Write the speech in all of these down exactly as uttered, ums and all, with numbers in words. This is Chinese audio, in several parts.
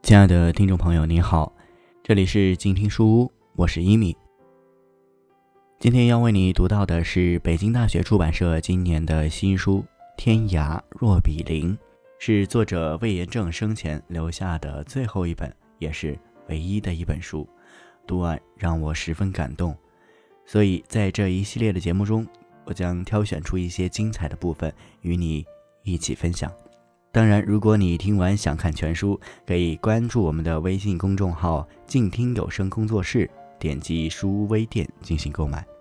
亲爱的听众朋友您好，这里是静听书屋，我是一米。今天要为你读到的是北京大学出版社今年的新书《天涯若比邻》，是作者魏延正生前留下的最后一本，也是唯一的一本书，读完让我十分感动。所以在这一系列的节目中，我将挑选出一些精彩的部分与你一起分享。当然，如果你听完想看全书，可以关注我们的微信公众号静听有声工作室，点击书屋微店进行购买。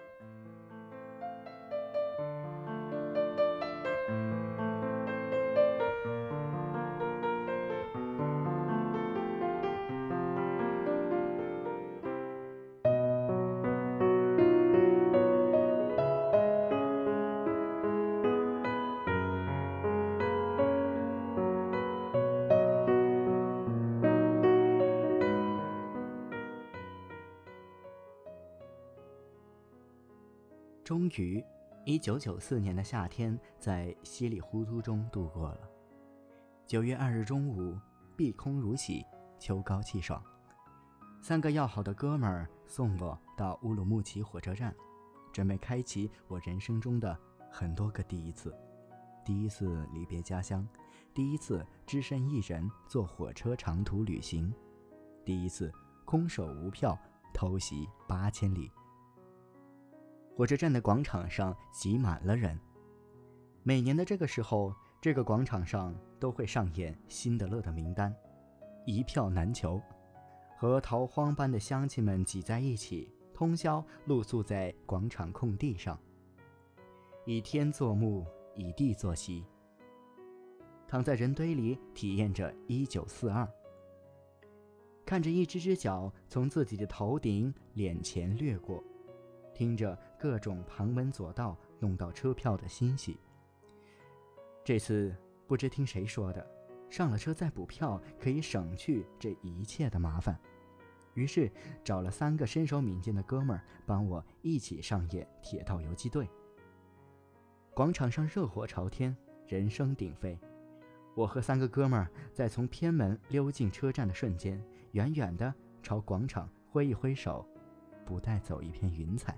终于，一九九四年的夏天在稀里糊涂中度过了。九月二日中午，碧空如洗，秋高气爽。三个要好的哥们儿送我到乌鲁木齐火车站，准备开启我人生中的很多个第一次。第一次离别家乡，第一次只身一人坐火车长途旅行，第一次空手无票偷袭八千里。火车站的广场上挤满了人。每年的这个时候，这个广场上都会上演辛德勒的名单，一票难求。和逃荒般的乡亲们挤在一起，通宵露宿在广场空地上，以天作幕，以地作席，躺在人堆里体验着一九四二，看着一只只脚从自己的头顶脸前掠过，听着各种旁门左道弄到车票的欣喜。这次不知听谁说的，上了车再补票可以省去这一切的麻烦，于是找了三个身手敏捷的哥们儿帮我一起上演铁道游击队。广场上热火朝天，人声鼎沸。我和三个哥们儿在从偏门溜进车站的瞬间，远远地朝广场挥一挥手，不带走一片云彩。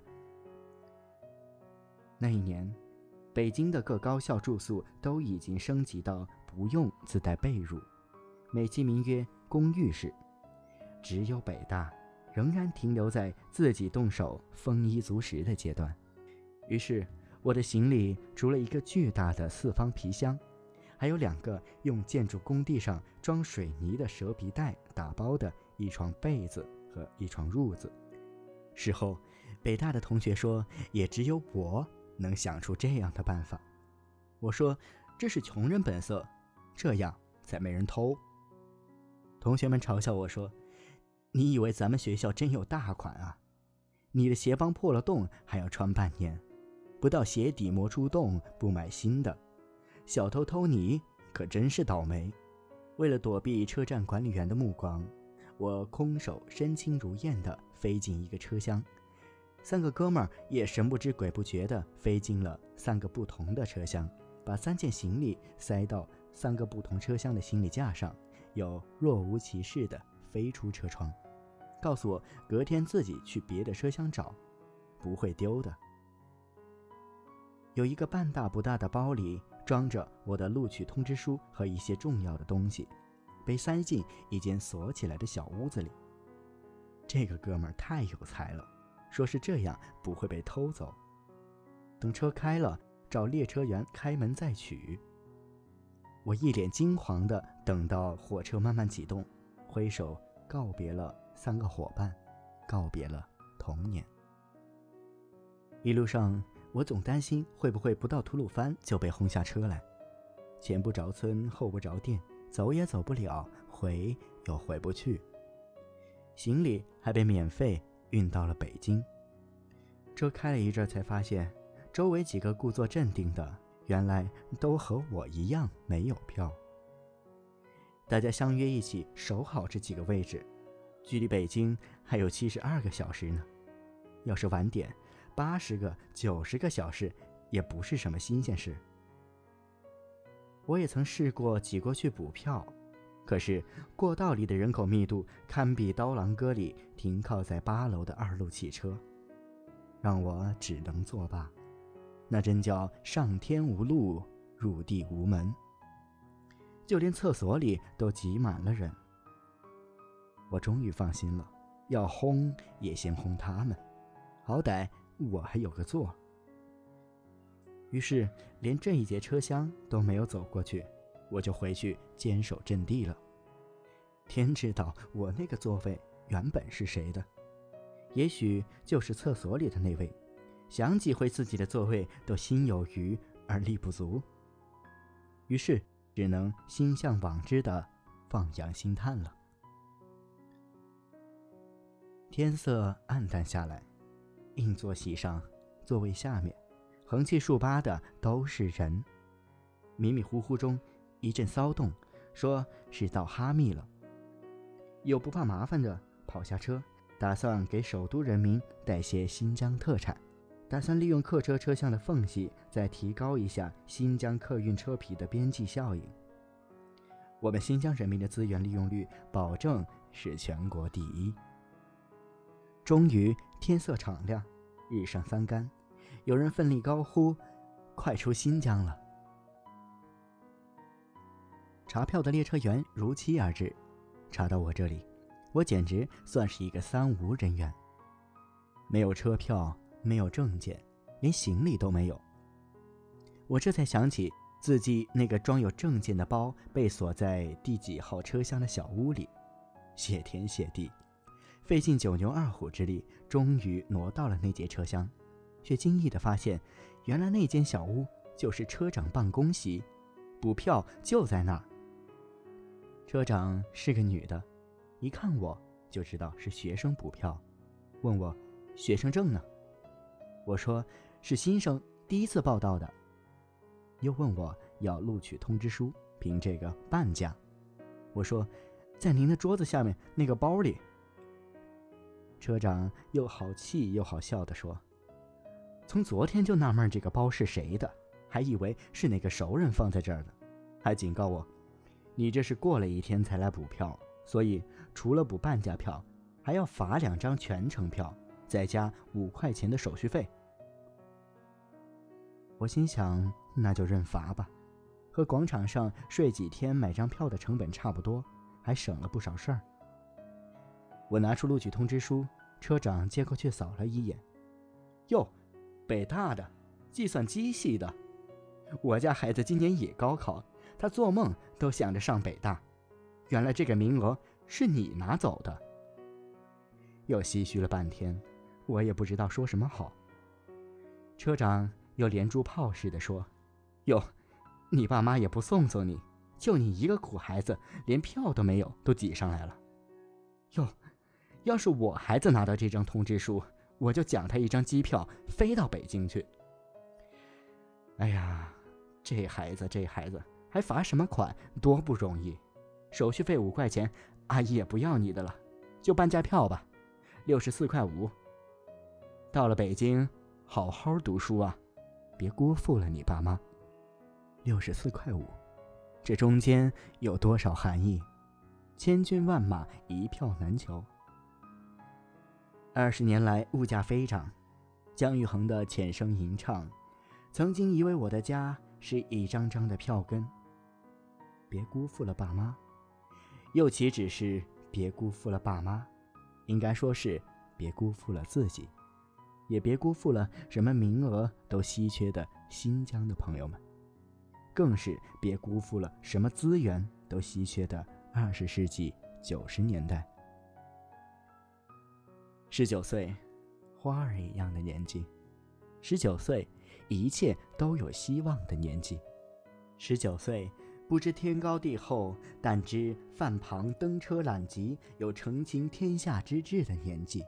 那一年，北京的各高校住宿都已经升级到不用自带被褥，美其名曰公寓式。只有北大仍然停留在自己动手丰衣足食的阶段。于是我的行李除了一个巨大的四方皮箱，还有两个用建筑工地上装水泥的蛇皮袋打包的一床被子和一床褥子。事后北大的同学说，也只有我能想出这样的办法。我说，这是穷人本色，这样才没人偷。同学们嘲笑我说，你以为咱们学校真有大款啊？你的鞋帮破了洞还要穿半年，不到鞋底磨出洞不买新的。小偷偷你可真是倒霉。为了躲避车站管理员的目光，我空手身轻如燕地飞进一个车厢，三个哥们儿也神不知鬼不觉地飞进了三个不同的车厢，把三件行李塞到三个不同车厢的行李架上，又若无其事地飞出车窗，告诉我隔天自己去别的车厢找，不会丢的。有一个半大不大的包里装着我的录取通知书和一些重要的东西，被塞进一间锁起来的小屋子里。这个哥们儿太有才了，说是这样不会被偷走。等车开了，找列车员开门再取。我一脸惊惶地等到火车慢慢启动，挥手告别了三个伙伴，告别了童年。一路上我总担心会不会不到吐鲁番就被轰下车来，前不着村后不着店，走也走不了，回又回不去。行李还被免费运到了北京。车开了一阵才发现，周围几个故作镇定的原来都和我一样没有票。大家相约一起守好这几个位置，距离北京还有七十二个小时呢。要是晚点，八十个、九十个小时也不是什么新鲜事。我也曾试过挤过去补票， 可是过道里的人口密度堪比刀郎歌里停靠在八楼的二路汽车，让我只能作罢。那真叫上天无路，入地无门，就连厕所里都挤满了人。我终于放心了，要轰也先轰他们，好歹我还有个座。于是连这一节车厢都没有走过去，我就回去坚守阵地了。天知道我那个座位原本是谁的，也许就是厕所里的那位，想挤回自己的座位都心有余而力不足，于是只能心向往之的放羊心叹了。天色暗淡下来，硬座席上，座位下面横七竖八的都是人。迷迷糊糊中一阵骚动，说是到哈密了。有不怕麻烦的跑下车，打算给首都人民带些新疆特产，打算利用客车车厢的缝隙再提高一下新疆客运车皮的边际效应。我们新疆人民的资源利用率保证是全国第一。终于天色敞亮，日上三竿，有人奋力高呼，快出新疆了。查票的列车员如期而至，查到我这里，我简直算是一个三无人员，没有车票，没有证件，连行李都没有。我这才想起自己那个装有证件的包被锁在第几号车厢的小屋里，谢天谢地，费尽九牛二虎之力，终于挪到了那节车厢，却惊异地发现，原来那间小屋就是车长办公席，补票就在那儿。车长是个女的，一看我就知道是学生补票，问我学生证呢？我说是新生，第一次报到的。又问我要录取通知书，凭这个半价。我说在您的桌子下面那个包里。车长又好气又好笑地说，从昨天就纳闷这个包是谁的，还以为是哪个熟人放在这儿的，还警告我，你这是过了一天才来补票，所以除了补半价票，还要罚两张全程票，再加五块钱的手续费。我心想，那就认罚吧，和广场上睡几天买张票的成本差不多，还省了不少事儿。我拿出录取通知书，车长接过去扫了一眼，哟，北大的，计算机系的，我家孩子今年也高考，他做梦都想着上北大，原来这个名额是你拿走的。又唏嘘了半天，我也不知道说什么好。车长又连珠炮似的说，哟，你爸妈也不送送你，就你一个苦孩子，连票都没有，都挤上来了。哟，要是我孩子拿到这张通知书，我就奖他一张机票飞到北京去。哎呀，这孩子这孩子还罚什么款，多不容易。手续费五块钱，阿姨也不要你的了，就半价票吧，六十四块五。到了北京好好读书啊，别辜负了你爸妈。六十四块五，这中间有多少含义？千军万马，一票难求。二十年来物价飞涨，姜育恒的浅声吟唱，曾经以为我的家是一张张的票根。别辜负了爸妈，又岂止是别辜负了爸妈，应该说是别辜负了自己，也别辜负了什么名额都稀缺的新疆的朋友们，更是别辜负了什么资源都稀缺的二十世纪九十年代。十九岁，花儿一样的年纪；十九岁，一切都有希望的年纪；十九岁，不知天高地厚，但知饭旁登车揽吉，有承情天下之志的年纪。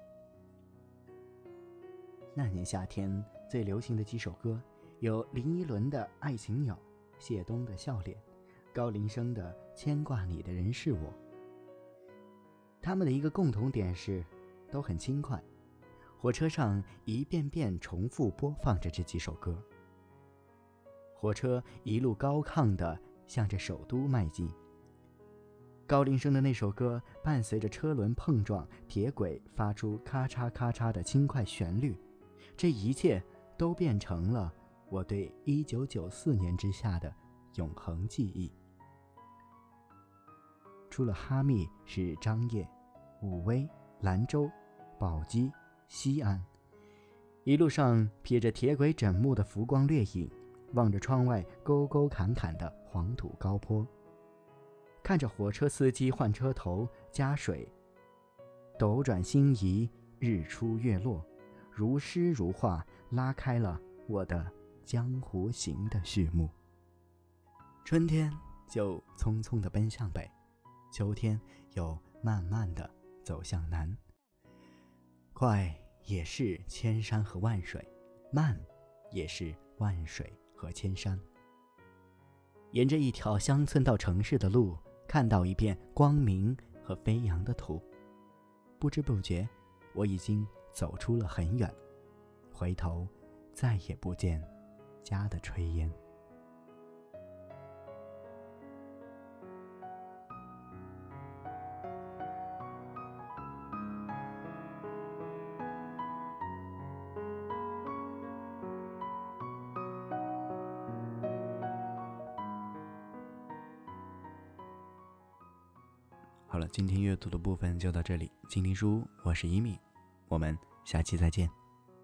那年夏天最流行的几首歌，有林依轮的《爱情鸟》，谢东的《笑脸》，高林生的《牵挂你的人是我》。他们的一个共同点是都很轻快，火车上一遍遍重复播放着这几首歌。火车一路高亢地向着首都迈进， 高林生的那首歌伴随着车轮碰撞，铁轨发出咔嚓咔嚓的轻快旋律，这一切都变成了我对一九九四年之夏的永恒记忆。除了哈密是张掖、武威、兰州、宝鸡、西安，一路上瞥着铁轨枕木的浮光掠影，望着窗外沟沟坎坎的黄土高坡，看着火车司机换车头加水，斗转星移，日出月落，如诗如画，拉开了我的江湖行的序幕。春天就匆匆地奔向北，秋天又慢慢地走向南。快也是千山和万水，慢也是万水和千山。沿着一条乡村到城市的路，看到一片光明和飞扬的土，不知不觉我已经走出了很远，回头再也不见家的炊烟。好了，今天阅读的部分就到这里。静听书，我是一米，我们下期再见。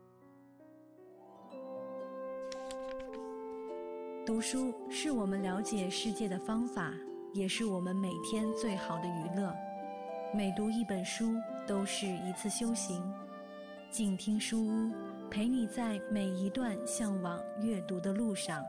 读书是我们了解世界的方法，也是我们每天最好的娱乐。每读一本书都是一次修行。静听书屋，陪你在每一段向往阅读的路上。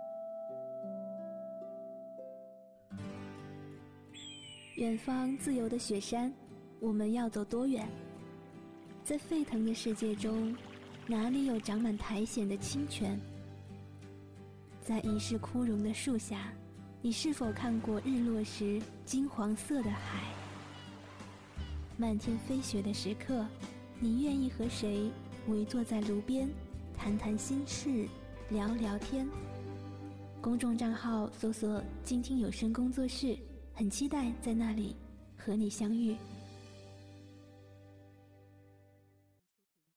远方自由的雪山，我们要走多远？在沸腾的世界中，哪里有长满苔藓的清泉？在一世枯荣的树下，你是否看过日落时金黄色的海？漫天飞雪的时刻，你愿意和谁围坐在炉边，谈谈心事，聊聊天？公众账号搜索静听有声工作室，很期待在那里和你相遇。